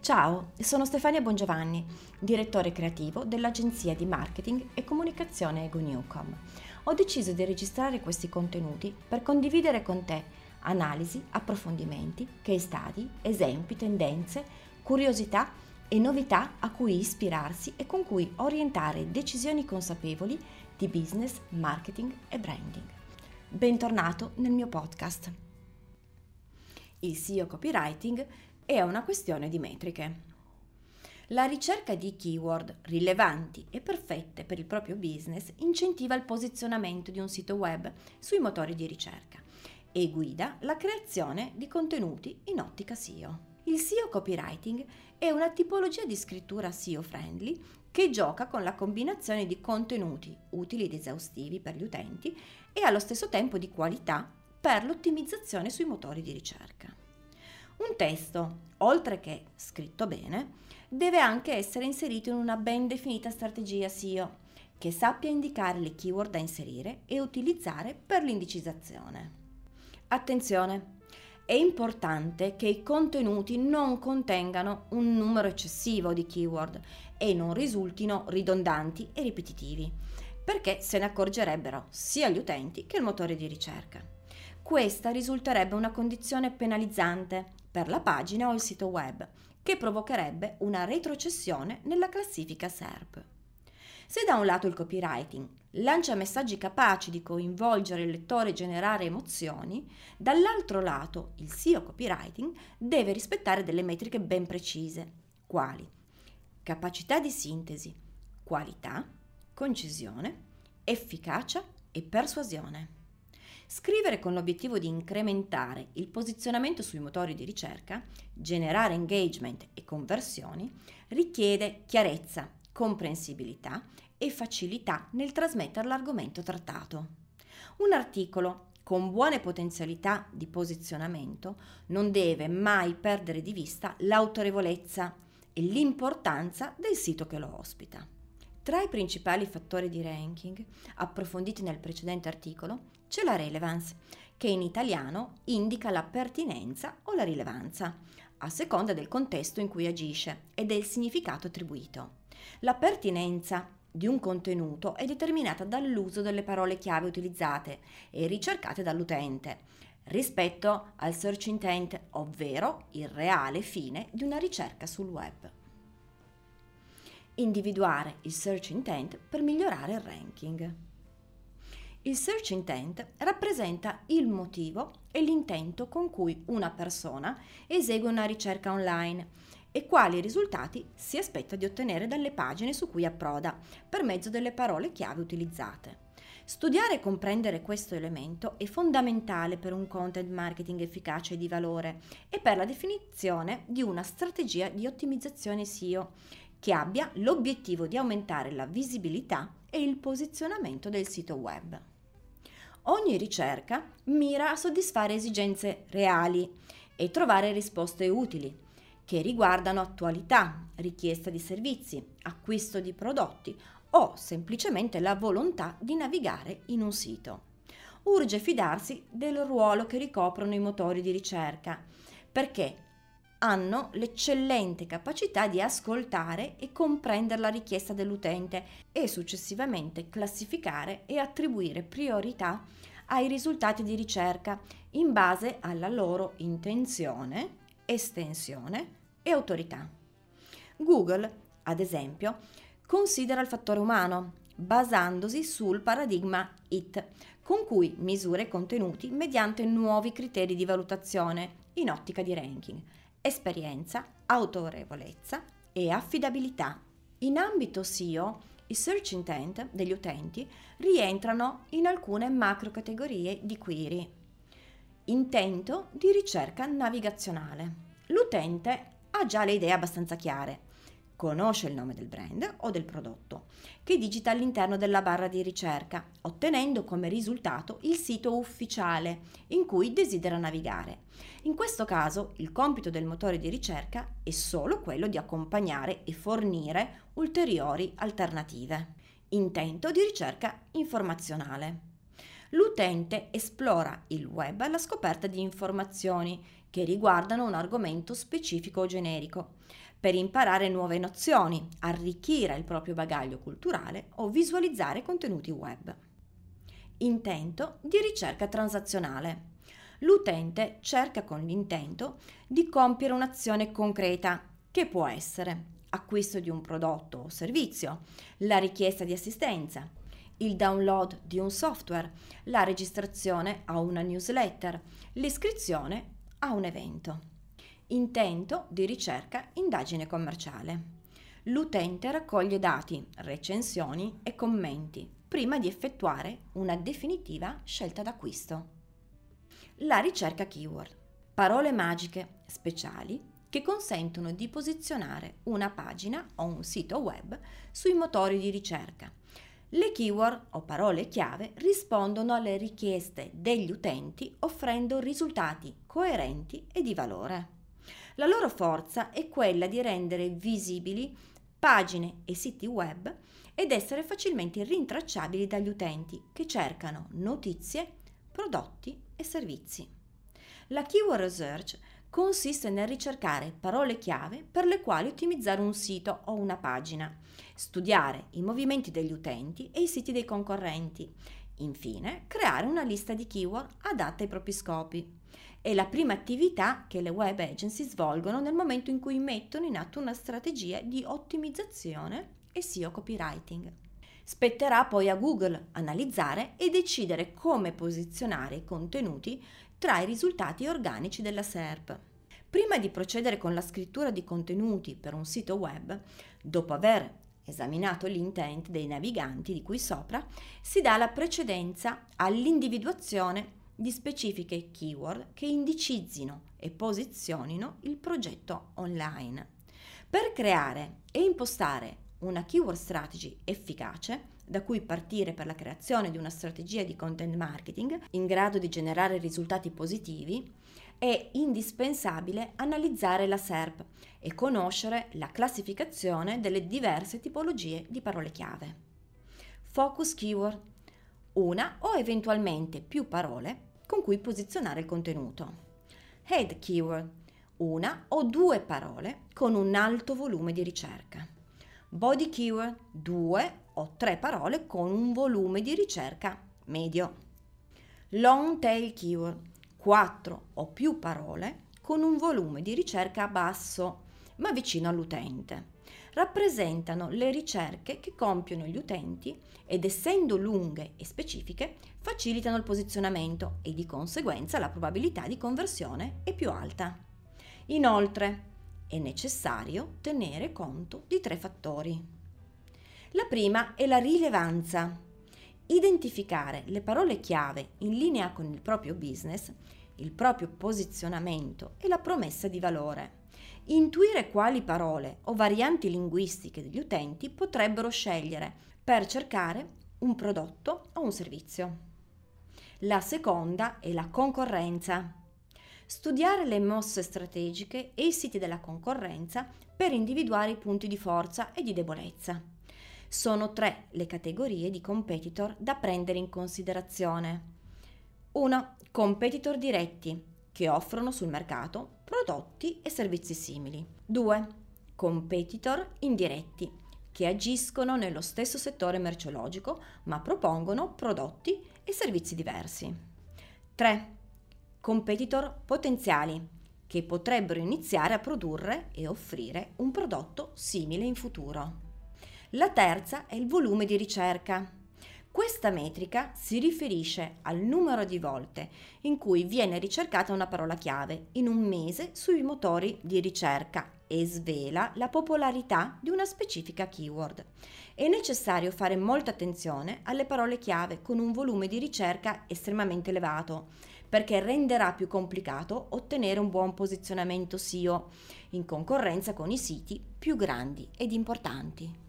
Ciao, sono Stefania Bongiovanni, direttore creativo dell'agenzia di marketing e comunicazione Ego Newcom. Ho deciso di registrare questi contenuti per condividere con te analisi, approfondimenti, case study, esempi, tendenze, curiosità e novità a cui ispirarsi e con cui orientare decisioni consapevoli di business, marketing e branding. Bentornato nel mio podcast. Il SEO copywriting è una questione di metriche. La ricerca di keyword rilevanti e perfette per il proprio business incentiva il posizionamento di un sito web sui motori di ricerca e guida la creazione di contenuti in ottica SEO. Il SEO copywriting è una tipologia di scrittura SEO friendly che gioca con la combinazione di contenuti utili ed esaustivi per gli utenti e allo stesso tempo di qualità per l'ottimizzazione sui motori di ricerca. Un testo, oltre che scritto bene, deve anche essere inserito in una ben definita strategia SEO che sappia indicare le keyword da inserire e utilizzare per l'indicizzazione. Attenzione! È importante che i contenuti non contengano un numero eccessivo di keyword e non risultino ridondanti e ripetitivi, perché se ne accorgerebbero sia gli utenti che il motore di ricerca. Questa risulterebbe una condizione penalizzante per la pagina o il sito web, che provocherebbe una retrocessione nella classifica SERP. Se da un lato il copywriting lancia messaggi capaci di coinvolgere il lettore e generare emozioni, dall'altro lato il SEO copywriting deve rispettare delle metriche ben precise, quali capacità di sintesi, qualità, concisione, efficacia e persuasione. Scrivere con l'obiettivo di incrementare il posizionamento sui motori di ricerca, generare engagement e conversioni, richiede chiarezza, comprensibilità e facilità nel trasmettere l'argomento trattato. Un articolo con buone potenzialità di posizionamento non deve mai perdere di vista l'autorevolezza e l'importanza del sito che lo ospita. Tra i principali fattori di ranking, approfonditi nel precedente articolo, c'è la relevance, che in italiano indica la pertinenza o la rilevanza, a seconda del contesto in cui agisce e del significato attribuito. La pertinenza di un contenuto è determinata dall'uso delle parole chiave utilizzate e ricercate dall'utente, rispetto al search intent, ovvero il reale fine di una ricerca sul web. Individuare il search intent per migliorare il ranking. Il search intent rappresenta il motivo e l'intento con cui una persona esegue una ricerca online e quali risultati si aspetta di ottenere dalle pagine su cui approda per mezzo delle parole chiave utilizzate. Studiare e comprendere questo elemento è fondamentale per un content marketing efficace e di valore e per la definizione di una strategia di ottimizzazione SEO che abbia l'obiettivo di aumentare la visibilità e il posizionamento del sito web. Ogni ricerca mira a soddisfare esigenze reali e trovare risposte utili, che riguardano attualità, richiesta di servizi, acquisto di prodotti o semplicemente la volontà di navigare in un sito. Urge fidarsi del ruolo che ricoprono i motori di ricerca, perché hanno l'eccellente capacità di ascoltare e comprendere la richiesta dell'utente e successivamente classificare e attribuire priorità ai risultati di ricerca in base alla loro intenzione, estensione e autorità. Google, ad esempio, considera il fattore umano, basandosi sul paradigma IT, con cui misura i contenuti mediante nuovi criteri di valutazione in ottica di ranking, esperienza, autorevolezza e affidabilità. In ambito SEO, i search intent degli utenti rientrano in alcune macro categorie di query. Intento di ricerca navigazionale. L'utente ha già le idee abbastanza chiare. Conosce il nome del brand o del prodotto, che digita all'interno della barra di ricerca, ottenendo come risultato il sito ufficiale in cui desidera navigare. In questo caso, il compito del motore di ricerca è solo quello di accompagnare e fornire ulteriori alternative. Intento di ricerca informazionale. L'utente esplora il web alla scoperta di informazioni che riguardano un argomento specifico o generico, per imparare nuove nozioni, arricchire il proprio bagaglio culturale o visualizzare contenuti web. Intento di ricerca transazionale. L'utente cerca con l'intento di compiere un'azione concreta, che può essere acquisto di un prodotto o servizio, la richiesta di assistenza, il download di un software, la registrazione a una newsletter, l'iscrizione a un evento. Intento di ricerca indagine commerciale. L'utente raccoglie dati, recensioni e commenti prima di effettuare una definitiva scelta d'acquisto. La ricerca keyword. Parole magiche speciali che consentono di posizionare una pagina o un sito web sui motori di ricerca. Le keyword o parole chiave rispondono alle richieste degli utenti offrendo risultati coerenti e di valore. La loro forza è quella di rendere visibili pagine e siti web ed essere facilmente rintracciabili dagli utenti che cercano notizie, prodotti e servizi. La keyword research consiste nel ricercare parole chiave per le quali ottimizzare un sito o una pagina, studiare i movimenti degli utenti e i siti dei concorrenti, infine creare una lista di keyword adatta ai propri scopi. È la prima attività che le web agency svolgono nel momento in cui mettono in atto una strategia di ottimizzazione e SEO copywriting. Spetterà poi a Google analizzare e decidere come posizionare i contenuti tra i risultati organici della SERP. Prima di procedere con la scrittura di contenuti per un sito web, dopo aver esaminato l'intent dei naviganti di cui sopra, si dà la precedenza all'individuazione di specifiche keyword che indicizzino e posizionino il progetto online. Per creare e impostare una keyword strategy efficace, da cui partire per la creazione di una strategia di content marketing in grado di generare risultati positivi, è indispensabile analizzare la SERP e conoscere la classificazione delle diverse tipologie di parole chiave. Focus keyword: una o eventualmente più parole con cui posizionare il contenuto. Head keyword: una o due parole con un alto volume di ricerca. Body keyword: 2 o 3 parole con un volume di ricerca medio. Long tail keyword: 4 o più parole con un volume di ricerca basso, ma vicino all'utente. Rappresentano le ricerche che compiono gli utenti ed, essendo lunghe e specifiche, facilitano il posizionamento e di conseguenza la probabilità di conversione è più alta. Inoltre, è necessario tenere conto di 3 fattori. La prima è la rilevanza. Identificare le parole chiave in linea con il proprio business, il proprio posizionamento e la promessa di valore. Intuire quali parole o varianti linguistiche degli utenti potrebbero scegliere per cercare un prodotto o un servizio. La seconda è la concorrenza. Studiare le mosse strategiche e i siti della concorrenza per individuare i punti di forza e di debolezza. Sono 3 le categorie di competitor da prendere in considerazione. 1. Competitor diretti, che offrono sul mercato prodotti e servizi simili. 2. Competitor indiretti, che agiscono nello stesso settore merceologico ma propongono prodotti e servizi diversi. 3. Competitor potenziali, che potrebbero iniziare a produrre e offrire un prodotto simile in futuro. La terza è il volume di ricerca. Questa metrica si riferisce al numero di volte in cui viene ricercata una parola chiave in un mese sui motori di ricerca e svela la popolarità di una specifica keyword. È necessario fare molta attenzione alle parole chiave con un volume di ricerca estremamente elevato, perché renderà più complicato ottenere un buon posizionamento SEO in concorrenza con i siti più grandi ed importanti.